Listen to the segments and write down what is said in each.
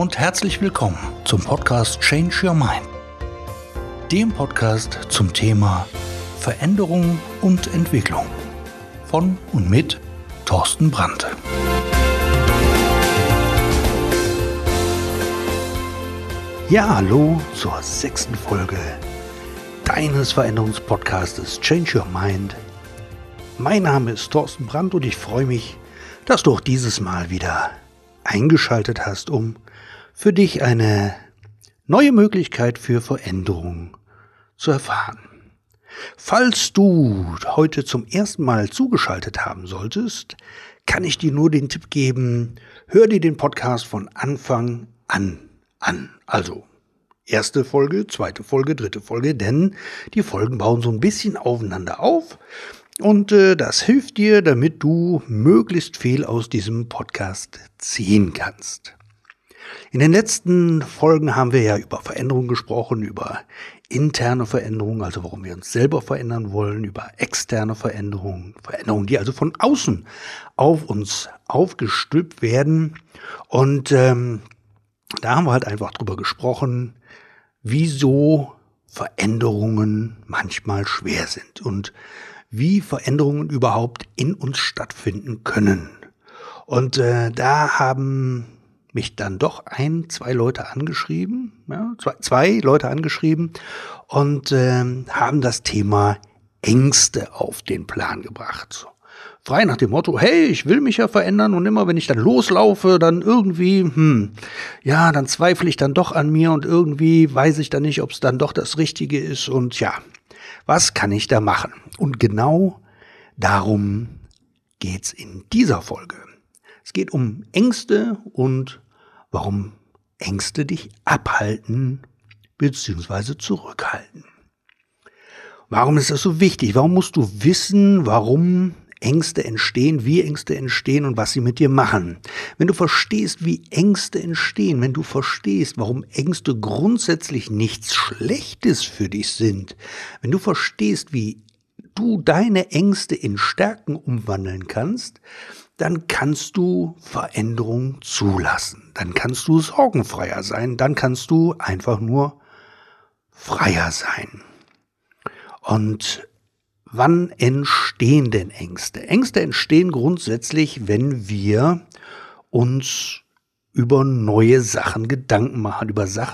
und herzlich willkommen zum Podcast Change Your Mind, dem Podcast zum Thema Veränderung und Entwicklung von und mit Thorsten Brandt. Ja, hallo zur 6. Folge deines Veränderungspodcastes Change Your Mind. Mein Name ist Thorsten Brandt und ich freue mich, dass du auch dieses Mal wieder eingeschaltet hast, um für dich eine neue Möglichkeit für Veränderung zu erfahren. Falls du heute zum ersten Mal zugeschaltet haben solltest, kann ich dir nur den Tipp geben, hör dir den Podcast von Anfang an. Also, erste Folge, zweite Folge, dritte Folge, denn die Folgen bauen so ein bisschen aufeinander auf und das hilft dir, damit du möglichst viel aus diesem Podcast ziehen kannst. In den letzten Folgen haben wir ja über Veränderung gesprochen, über interne Veränderung, also warum wir uns selber verändern wollen, über externe Veränderungen, die also von außen auf uns aufgestülpt werden. Und da haben wir halt einfach drüber gesprochen, wieso Veränderungen manchmal schwer sind und wie Veränderungen überhaupt in uns stattfinden können. Und da haben mich dann doch zwei Leute angeschrieben, zwei Leute angeschrieben und haben das Thema Ängste auf den Plan gebracht. Frei nach dem Motto, hey, ich will mich ja verändern und immer wenn ich dann loslaufe, dann irgendwie, dann zweifle ich dann doch an mir und irgendwie weiß ich dann nicht, ob es dann doch das Richtige ist und ja, was kann ich da machen? Und genau darum geht's in dieser Folge. Es geht um Ängste und warum Ängste dich abhalten bzw. zurückhalten. Warum ist das so wichtig? Warum musst du wissen, warum Ängste entstehen, wie Ängste entstehen und was sie mit dir machen? Wenn du verstehst, wie Ängste entstehen, wenn du verstehst, warum Ängste grundsätzlich nichts Schlechtes für dich sind, wenn du verstehst, wie du deine Ängste in Stärken umwandeln kannst, dann kannst du Veränderung zulassen. Dann kannst du sorgenfreier sein. Dann kannst du einfach nur freier sein. Und wann entstehen denn Ängste? Ängste entstehen grundsätzlich, wenn wir uns über neue Sachen Gedanken machen,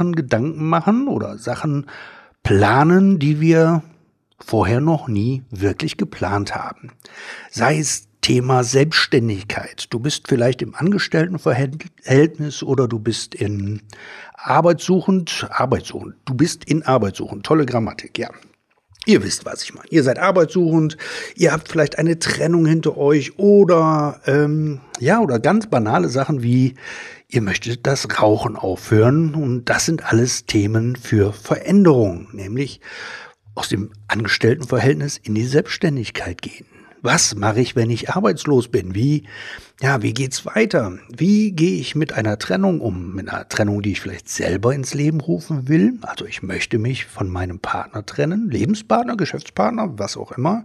oder Sachen planen, die wir vorher noch nie wirklich geplant haben. Sei es Thema Selbstständigkeit. Du bist vielleicht im Angestelltenverhältnis oder du bist in arbeitssuchend. Du bist in arbeitssuchend. Tolle Grammatik, ja. Ihr wisst, was ich meine. Ihr seid arbeitssuchend, ihr habt vielleicht eine Trennung hinter euch oder ganz banale Sachen wie ihr möchtet das Rauchen aufhören und das sind alles Themen für Veränderung, nämlich aus dem Angestelltenverhältnis in die Selbstständigkeit gehen. Was mache ich, wenn ich arbeitslos bin? Wie geht's weiter? Wie gehe ich mit einer Trennung um? Mit einer Trennung, die ich vielleicht selber ins Leben rufen will. Also ich möchte mich von meinem Partner trennen, Lebenspartner, Geschäftspartner, was auch immer.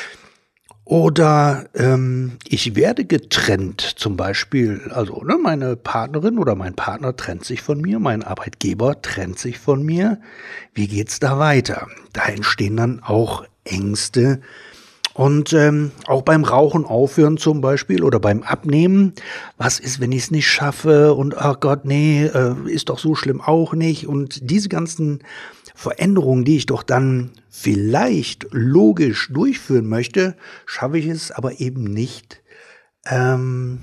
Oder ich werde getrennt, zum Beispiel, meine Partnerin oder mein Partner trennt sich von mir, mein Arbeitgeber trennt sich von mir. Wie geht's da weiter? Da entstehen dann auch Ängste. Und auch beim Rauchen aufhören zum Beispiel oder beim Abnehmen. Was ist, wenn ich es nicht schaffe? Und ach Gott, nee, ist doch so schlimm auch nicht. Und diese ganzen Veränderungen, die ich doch dann vielleicht logisch durchführen möchte, schaffe ich es aber eben nicht, in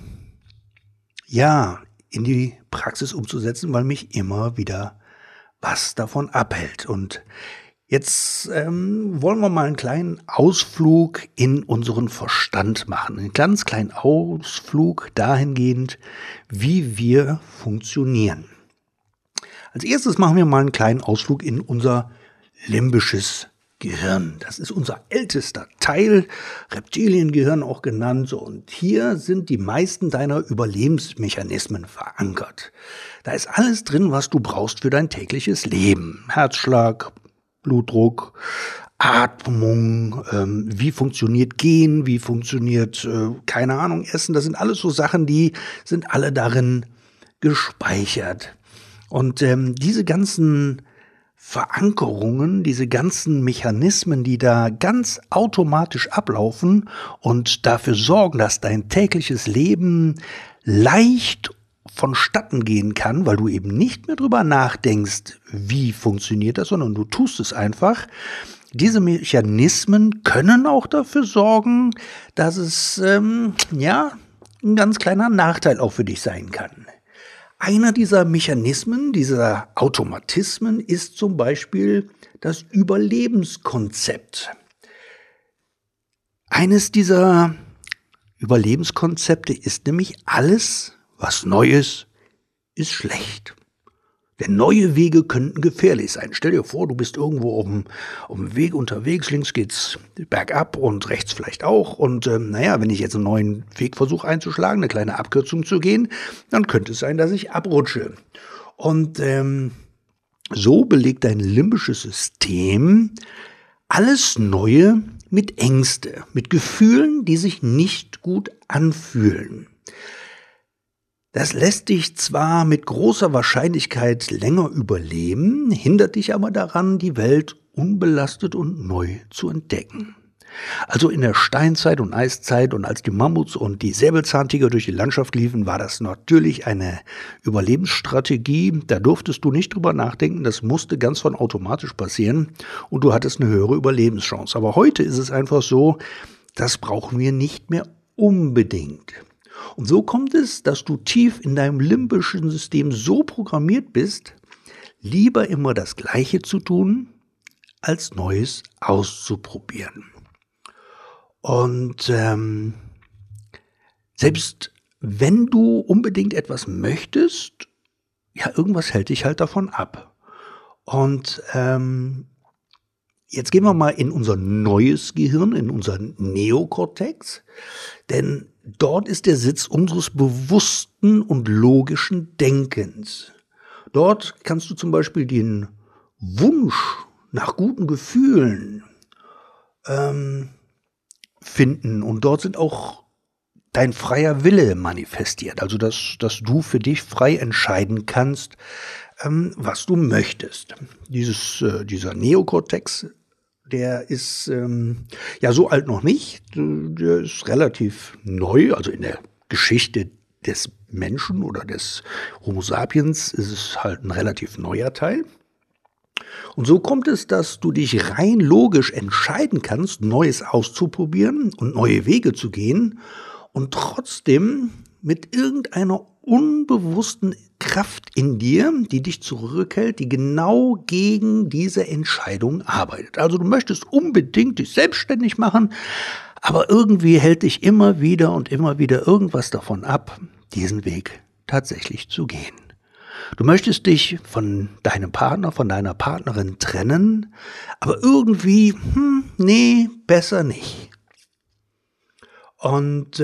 die Praxis umzusetzen, weil mich immer wieder was davon abhält. Und jetzt wollen wir mal einen kleinen Ausflug in unseren Verstand machen. Einen ganz kleinen Ausflug dahingehend, wie wir funktionieren. Als erstes machen wir mal einen kleinen Ausflug in unser limbisches Gehirn. Das ist unser ältester Teil, Reptiliengehirn auch genannt. Und hier sind die meisten deiner Überlebensmechanismen verankert. Da ist alles drin, was du brauchst für dein tägliches Leben. Herzschlag, Blutdruck, Atmung, wie funktioniert Gehen, wie funktioniert, Essen. Das sind alles so Sachen, die sind alle darin gespeichert. Und diese ganzen Verankerungen, diese ganzen Mechanismen, die da ganz automatisch ablaufen und dafür sorgen, dass dein tägliches Leben leicht vonstatten gehen kann, weil du eben nicht mehr drüber nachdenkst, wie funktioniert das, sondern du tust es einfach. Diese Mechanismen können auch dafür sorgen, dass es ein ganz kleiner Nachteil auch für dich sein kann. Einer dieser Mechanismen, dieser Automatismen ist zum Beispiel das Überlebenskonzept. Eines dieser Überlebenskonzepte ist nämlich: alles, was neu ist schlecht. Denn neue Wege könnten gefährlich sein. Stell dir vor, du bist irgendwo auf dem Weg unterwegs, links geht's bergab und rechts vielleicht auch. Und wenn ich jetzt einen neuen Weg versuche einzuschlagen, eine kleine Abkürzung zu gehen, dann könnte es sein, dass ich abrutsche. Und so belegt dein limbisches System alles Neue mit Ängste, mit Gefühlen, die sich nicht gut anfühlen. Das lässt dich zwar mit großer Wahrscheinlichkeit länger überleben, hindert dich aber daran, die Welt unbelastet und neu zu entdecken. Also in der Steinzeit und Eiszeit und als die Mammuts und die Säbelzahntiger durch die Landschaft liefen, war das natürlich eine Überlebensstrategie. Da durftest du nicht drüber nachdenken, das musste ganz von automatisch passieren und du hattest eine höhere Überlebenschance. Aber heute ist es einfach so, das brauchen wir nicht mehr unbedingt. Und so kommt es, dass du tief in deinem limbischen System so programmiert bist, lieber immer das Gleiche zu tun, als Neues auszuprobieren. Und selbst wenn du unbedingt etwas möchtest, irgendwas hält dich halt davon ab. Und jetzt gehen wir mal in unser neues Gehirn, in unser Neokortex, denn dort ist der Sitz unseres bewussten und logischen Denkens. Dort kannst du zum Beispiel den Wunsch nach guten Gefühlen finden und dort sind auch dein freier Wille manifestiert, also dass du für dich frei entscheiden kannst, was du möchtest. Dieser Neokortex, der ist so alt noch nicht, der ist relativ neu, also in der Geschichte des Menschen oder des Homo sapiens ist es halt ein relativ neuer Teil. Und so kommt es, dass du dich rein logisch entscheiden kannst, Neues auszuprobieren und neue Wege zu gehen und trotzdem mit irgendeiner unbewussten Kraft in dir, die dich zurückhält, die genau gegen diese Entscheidung arbeitet. Also du möchtest unbedingt dich selbstständig machen, aber irgendwie hält dich immer wieder irgendwas davon ab, diesen Weg tatsächlich zu gehen. Du möchtest dich von deinem Partner, von deiner Partnerin trennen, aber irgendwie, nee, besser nicht. Und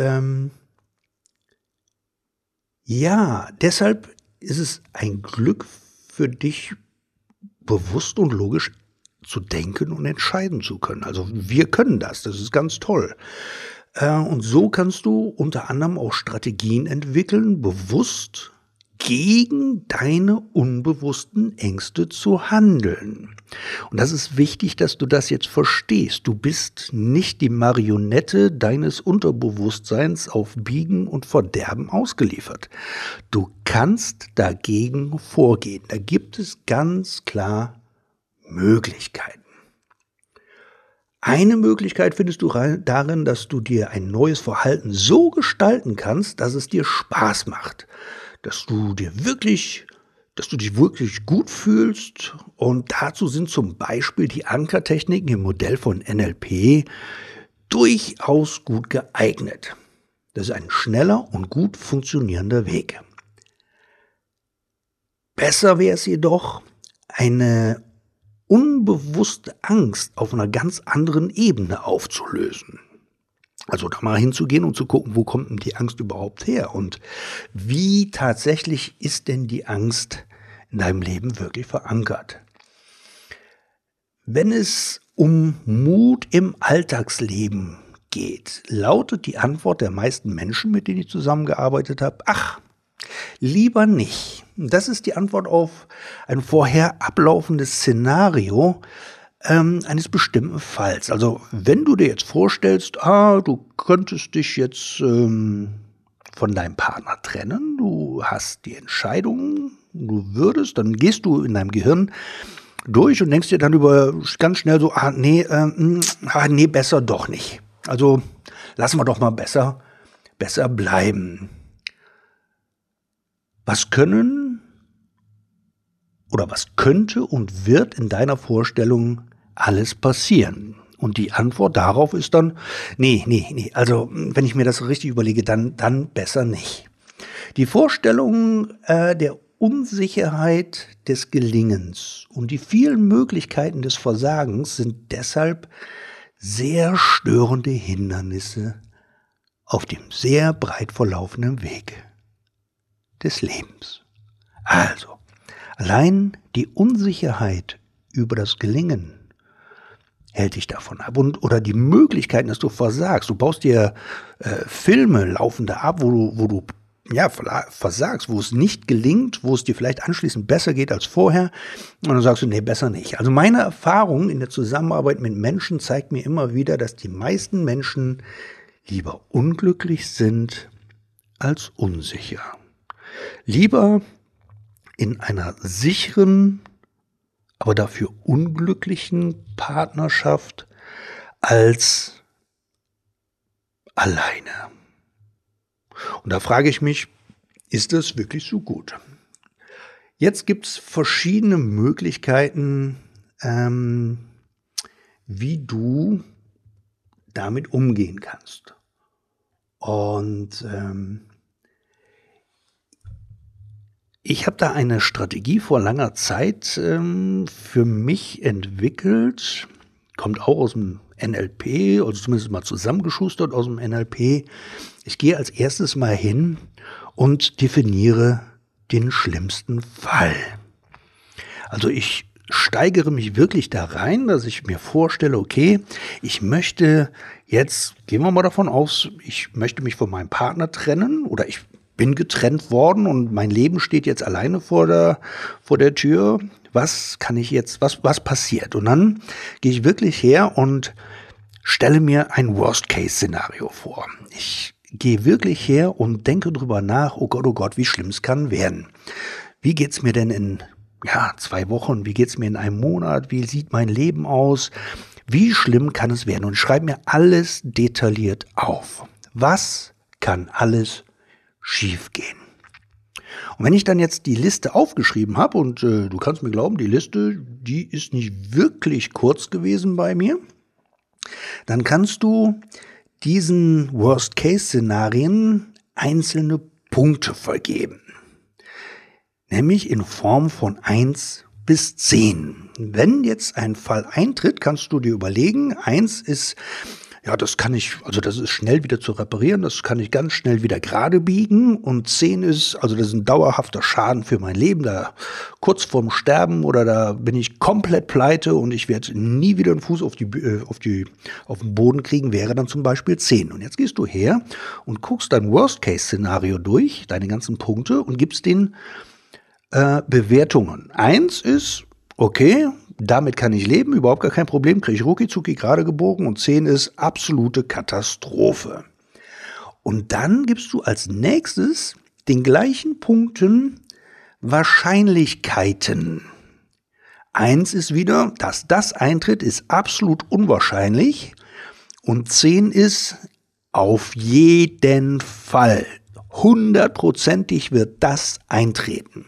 deshalb ist es ein Glück für dich, bewusst und logisch zu denken und entscheiden zu können. Also wir können das ist ganz toll. Und so kannst du unter anderem auch Strategien entwickeln, bewusst gegen deine unbewussten Ängste zu handeln. Und das ist wichtig, dass du das jetzt verstehst. Du bist nicht die Marionette deines Unterbewusstseins auf Biegen und Verderben ausgeliefert. Du kannst dagegen vorgehen. Da gibt es ganz klar Möglichkeiten. Eine Möglichkeit findest du darin, dass du dir ein neues Verhalten so gestalten kannst, dass es dir Spaß macht. Dass du dich wirklich gut fühlst, und dazu sind zum Beispiel die Ankertechniken im Modell von NLP durchaus gut geeignet. Das ist ein schneller und gut funktionierender Weg. Besser wäre es jedoch, eine unbewusste Angst auf einer ganz anderen Ebene aufzulösen. Also da mal hinzugehen und zu gucken, wo kommt denn die Angst überhaupt her und wie tatsächlich ist denn die Angst in deinem Leben wirklich verankert. Wenn es um Mut im Alltagsleben geht, lautet die Antwort der meisten Menschen, mit denen ich zusammengearbeitet habe: Ach, Lieber nicht. Das ist die Antwort auf ein vorher ablaufendes Szenario eines bestimmten Falls. Also wenn du dir jetzt vorstellst, du könntest dich jetzt von deinem Partner trennen, du hast die Entscheidung, dann gehst du in deinem Gehirn durch und denkst dir dann ganz schnell so, nee, besser doch nicht. Also lassen wir doch mal besser bleiben. Was könnte und wird in deiner Vorstellung alles passieren? Und die Antwort darauf ist dann, nee, also wenn ich mir das richtig überlege, dann besser nicht. Die Vorstellung der Unsicherheit des Gelingens und die vielen Möglichkeiten des Versagens sind deshalb sehr störende Hindernisse auf dem sehr breit verlaufenden Weg des Lebens. Also, allein die Unsicherheit über das Gelingen hält dich davon ab oder die Möglichkeiten, dass du versagst. Du baust dir Filme laufende ab, wo du versagst, wo es nicht gelingt, wo es dir vielleicht anschließend besser geht als vorher. Und dann sagst du, nee, besser nicht. Also meine Erfahrung in der Zusammenarbeit mit Menschen zeigt mir immer wieder, dass die meisten Menschen lieber unglücklich sind als unsicher. Lieber in einer sicheren, aber dafür unglücklichen Partnerschaft als alleine. Und da frage ich mich, ist das wirklich so gut? Jetzt gibt es verschiedene Möglichkeiten, wie du damit umgehen kannst. Und ich habe da eine Strategie vor langer Zeit für mich entwickelt, kommt auch aus dem NLP, also zumindest mal zusammengeschustert aus dem NLP. Ich gehe als erstes mal hin und definiere den schlimmsten Fall. Also ich steigere mich wirklich da rein, dass ich mir vorstelle, okay, ich möchte jetzt, gehen wir mal davon aus, ich möchte mich von meinem Partner trennen oder ich bin getrennt worden und mein Leben steht jetzt alleine vor der Tür. Was kann ich jetzt, was passiert? Und dann gehe ich wirklich her und stelle mir ein Worst-Case-Szenario vor. Ich gehe wirklich her und denke drüber nach, oh Gott, wie schlimm es kann werden. Wie geht's mir denn in 2 Wochen? Wie geht's mir in einem Monat? Wie sieht mein Leben aus? Wie schlimm kann es werden? Und ich schreibe mir alles detailliert auf. Was kann alles schiefgehen? Und wenn ich dann jetzt die Liste aufgeschrieben habe, und du kannst mir glauben, die Liste, die ist nicht wirklich kurz gewesen bei mir, dann kannst du diesen Worst-Case-Szenarien einzelne Punkte vergeben. Nämlich in Form von 1 bis 10. Wenn jetzt ein Fall eintritt, kannst du dir überlegen, 1 ist, das ist schnell wieder zu reparieren, das kann ich ganz schnell wieder gerade biegen. Und 10 ist, das ist ein dauerhafter Schaden für mein Leben, da kurz vorm Sterben oder da bin ich komplett pleite und ich werde nie wieder einen Fuß auf den Boden kriegen, wäre dann zum Beispiel 10. Und jetzt gehst du her und guckst dein Worst-Case-Szenario durch, deine ganzen Punkte und gibst den Bewertungen. 1 ist, okay, damit kann ich leben, überhaupt gar kein Problem, kriege ich rucki-zucki gerade gebogen, und 10 ist absolute Katastrophe. Und dann gibst du als nächstes den gleichen Punkten Wahrscheinlichkeiten. 1 ist wieder, dass das eintritt, ist absolut unwahrscheinlich, und 10 ist auf jeden Fall. 100%ig wird das eintreten.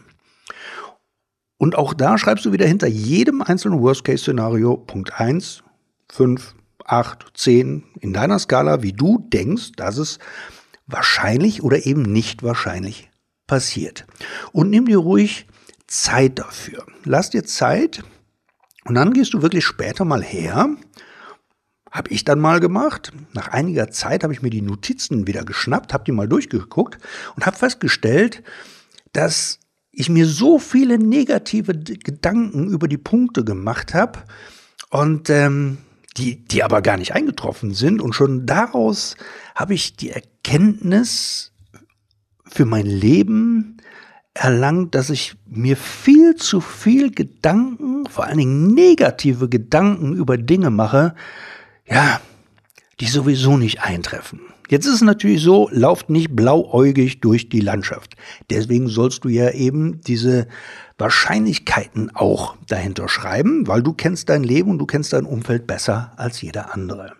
Und auch da schreibst du wieder hinter jedem einzelnen Worst-Case-Szenario Punkt 1, 5, 8, 10 in deiner Skala, wie du denkst, dass es wahrscheinlich oder eben nicht wahrscheinlich passiert. Und nimm dir ruhig Zeit dafür. Lass dir Zeit und dann gehst du wirklich später mal her. Habe ich dann mal gemacht. Nach einiger Zeit habe ich mir die Notizen wieder geschnappt, habe die mal durchgeguckt und habe festgestellt, dass ich mir so viele negative Gedanken über die Punkte gemacht habe und die aber gar nicht eingetroffen sind. Und schon daraus habe ich die Erkenntnis für mein Leben erlangt, dass ich mir viel zu viel Gedanken, vor allen Dingen negative Gedanken über Dinge mache, ja, die sowieso nicht eintreffen. Jetzt ist es natürlich so, lauft nicht blauäugig durch die Landschaft. Deswegen sollst du ja eben diese Wahrscheinlichkeiten auch dahinter schreiben, weil du kennst dein Leben und du kennst dein Umfeld besser als jeder andere.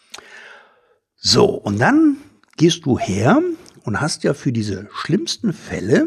So, und dann gehst du her und hast ja für diese schlimmsten Fälle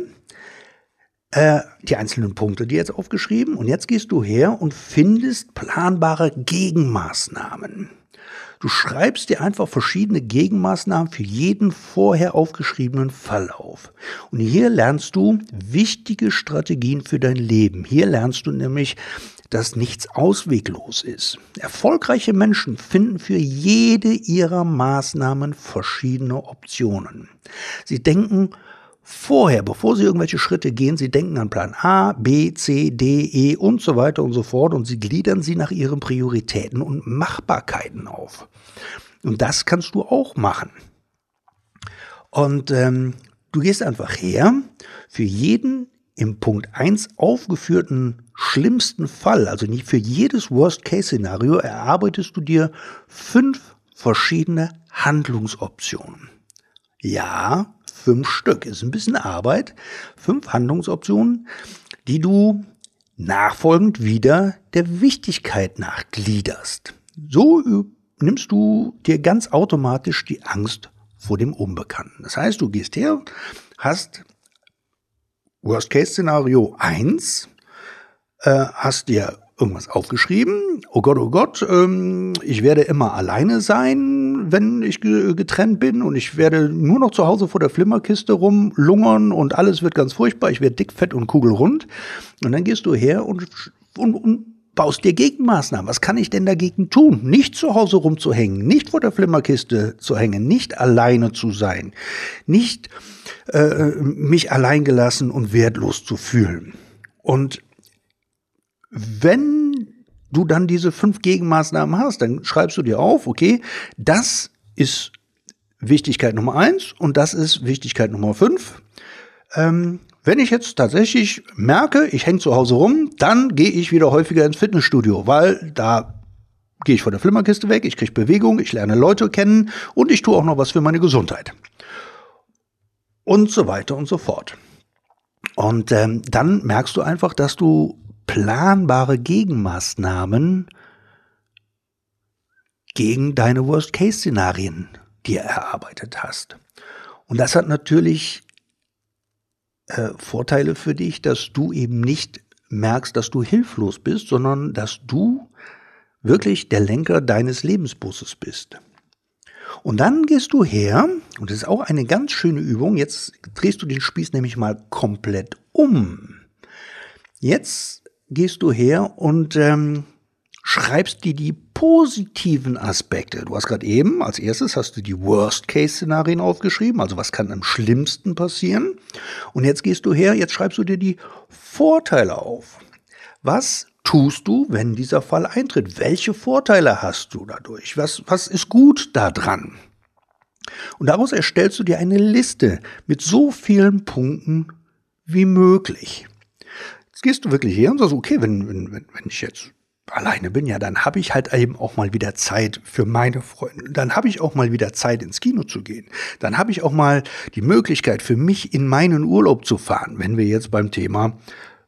die einzelnen Punkte dir jetzt aufgeschrieben. Und jetzt gehst du her und findest planbare Gegenmaßnahmen. Du schreibst dir einfach verschiedene Gegenmaßnahmen für jeden vorher aufgeschriebenen Fall auf. Und hier lernst du wichtige Strategien für dein Leben. Hier lernst du nämlich, dass nichts ausweglos ist. Erfolgreiche Menschen finden für jede ihrer Maßnahmen verschiedene Optionen. Sie denken vorher, bevor sie irgendwelche Schritte gehen, sie denken an Plan A, B, C, D, E und so weiter und so fort und sie gliedern sie nach ihren Prioritäten und Machbarkeiten auf. Und das kannst du auch machen. Und du gehst einfach her, für jeden im Punkt 1 aufgeführten schlimmsten Fall, also nicht für jedes Worst-Case-Szenario, erarbeitest du dir 5 verschiedene Handlungsoptionen. Ja, 5 Stück. Ist ein bisschen Arbeit. 5 Handlungsoptionen, die du nachfolgend wieder der Wichtigkeit nach gliederst. So nimmst du dir ganz automatisch die Angst vor dem Unbekannten. Das heißt, du gehst her, hast Worst-Case-Szenario 1, hast dir irgendwas aufgeschrieben. Oh Gott, ich werde immer alleine sein, wenn ich getrennt bin und ich werde nur noch zu Hause vor der Flimmerkiste rumlungern und alles wird ganz furchtbar. Ich werde dick, fett und kugelrund. Und dann gehst du her und baust dir Gegenmaßnahmen. Was kann ich denn dagegen tun? Nicht zu Hause rumzuhängen, nicht vor der Flimmerkiste zu hängen, nicht alleine zu sein, nicht mich alleingelassen und wertlos zu fühlen. Und wenn du dann diese 5 Gegenmaßnahmen hast, dann schreibst du dir auf, okay, das ist Wichtigkeit Nummer 1 und das ist Wichtigkeit Nummer 5. Wenn ich jetzt tatsächlich merke, ich hänge zu Hause rum, dann gehe ich wieder häufiger ins Fitnessstudio, weil da gehe ich von der Flimmerkiste weg, ich kriege Bewegung, ich lerne Leute kennen und ich tue auch noch was für meine Gesundheit. Und so weiter und so fort. Und dann merkst du einfach, dass du planbare Gegenmaßnahmen gegen deine Worst-Case-Szenarien dir erarbeitet hast. Und das hat natürlich Vorteile für dich, dass du eben nicht merkst, dass du hilflos bist, sondern dass du wirklich der Lenker deines Lebensbusses bist. Und dann gehst du her, und das ist auch eine ganz schöne Übung, jetzt drehst du den Spieß nämlich mal komplett um. Jetzt gehst du her und schreibst dir die positiven Aspekte. Du hast gerade eben, als erstes hast du die Worst-Case-Szenarien aufgeschrieben, also was kann am schlimmsten passieren. Und jetzt gehst du her, jetzt schreibst du dir die Vorteile auf. Was tust du, wenn dieser Fall eintritt? Welche Vorteile hast du dadurch? Was ist gut daran? Und daraus erstellst du dir eine Liste mit so vielen Punkten wie möglich. Jetzt gehst du wirklich her und sagst, okay, wenn ich jetzt alleine bin, ja, dann habe ich halt eben auch mal wieder Zeit für meine Freunde. Dann habe ich auch mal wieder Zeit, ins Kino zu gehen. Dann habe ich auch mal die Möglichkeit, für mich in meinen Urlaub zu fahren, wenn wir jetzt beim Thema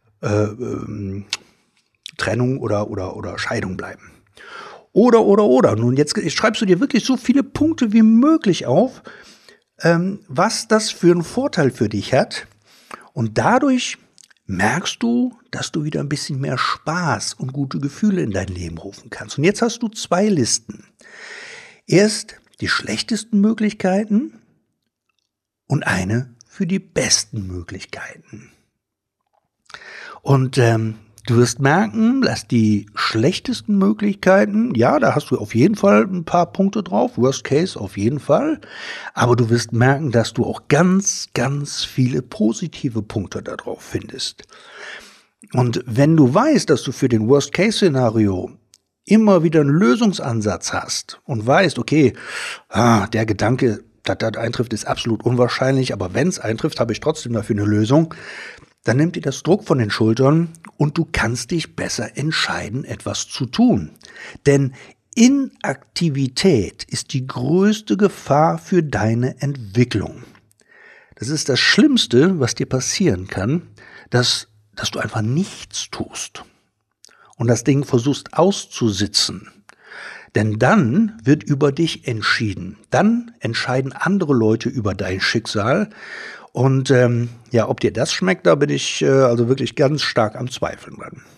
Trennung oder Scheidung bleiben. Oder. Nun, jetzt schreibst du dir wirklich so viele Punkte wie möglich auf, was das für einen Vorteil für dich hat. Und dadurch merkst du, dass du wieder ein bisschen mehr Spaß und gute Gefühle in dein Leben rufen kannst. Und jetzt hast du 2 Listen. Erst die schlechtesten Möglichkeiten und eine für die besten Möglichkeiten. Und du wirst merken, dass die schlechtesten Möglichkeiten, ja, da hast du auf jeden Fall ein paar Punkte drauf, Worst Case auf jeden Fall, aber du wirst merken, dass du auch ganz, ganz viele positive Punkte da drauf findest. Und wenn du weißt, dass du für den Worst Case Szenario immer wieder einen Lösungsansatz hast und weißt, okay, der Gedanke, dass das eintrifft, ist absolut unwahrscheinlich, aber wenn es eintrifft, habe ich trotzdem dafür eine Lösung. Dann nimmt dir das Druck von den Schultern und du kannst dich besser entscheiden, etwas zu tun. Denn Inaktivität ist die größte Gefahr für deine Entwicklung. Das ist das Schlimmste, was dir passieren kann, dass du einfach nichts tust und das Ding versuchst auszusitzen. Denn dann wird über dich entschieden. Dann entscheiden andere Leute über dein Schicksal. Und ob dir das schmeckt, da bin ich also wirklich ganz stark am Zweifeln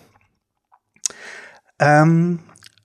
dran.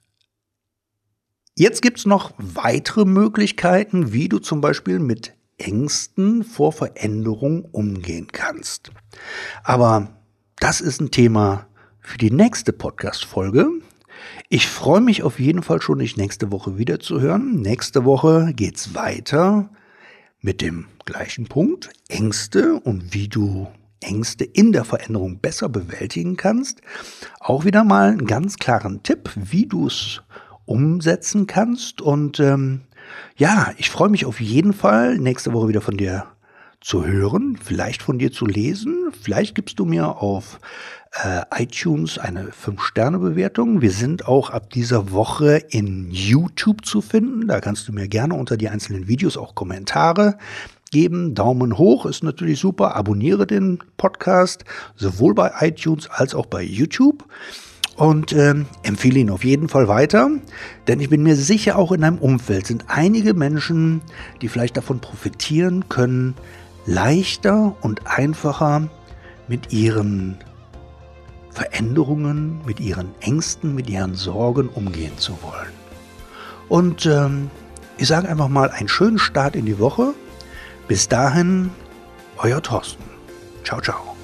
Jetzt gibt es noch weitere Möglichkeiten, wie du zum Beispiel mit Ängsten vor Veränderung umgehen kannst. Aber das ist ein Thema für die nächste Podcast-Folge. Ich freue mich auf jeden Fall schon, dich nächste Woche wieder zu hören. Nächste Woche geht's weiter mit dem gleichen Punkt, Ängste und wie du Ängste in der Veränderung besser bewältigen kannst. Auch wieder mal einen ganz klaren Tipp, wie du es umsetzen kannst. Und ich freue mich auf jeden Fall, nächste Woche wieder von dir zu hören, vielleicht von dir zu lesen. Vielleicht gibst du mir auf iTunes eine 5-Sterne-Bewertung. Wir sind auch ab dieser Woche in YouTube zu finden. Da kannst du mir gerne unter die einzelnen Videos auch Kommentare geben. Daumen hoch ist natürlich super. Abonniere den Podcast sowohl bei iTunes als auch bei YouTube. Und empfehle ihn auf jeden Fall weiter, denn ich bin mir sicher, auch in deinem Umfeld sind einige Menschen, die vielleicht davon profitieren können, leichter und einfacher mit ihren Veränderungen, mit ihren Ängsten, mit ihren Sorgen umgehen zu wollen. Und ich sage einfach mal einen schönen Start in die Woche. Bis dahin, euer Thorsten. Ciao, ciao.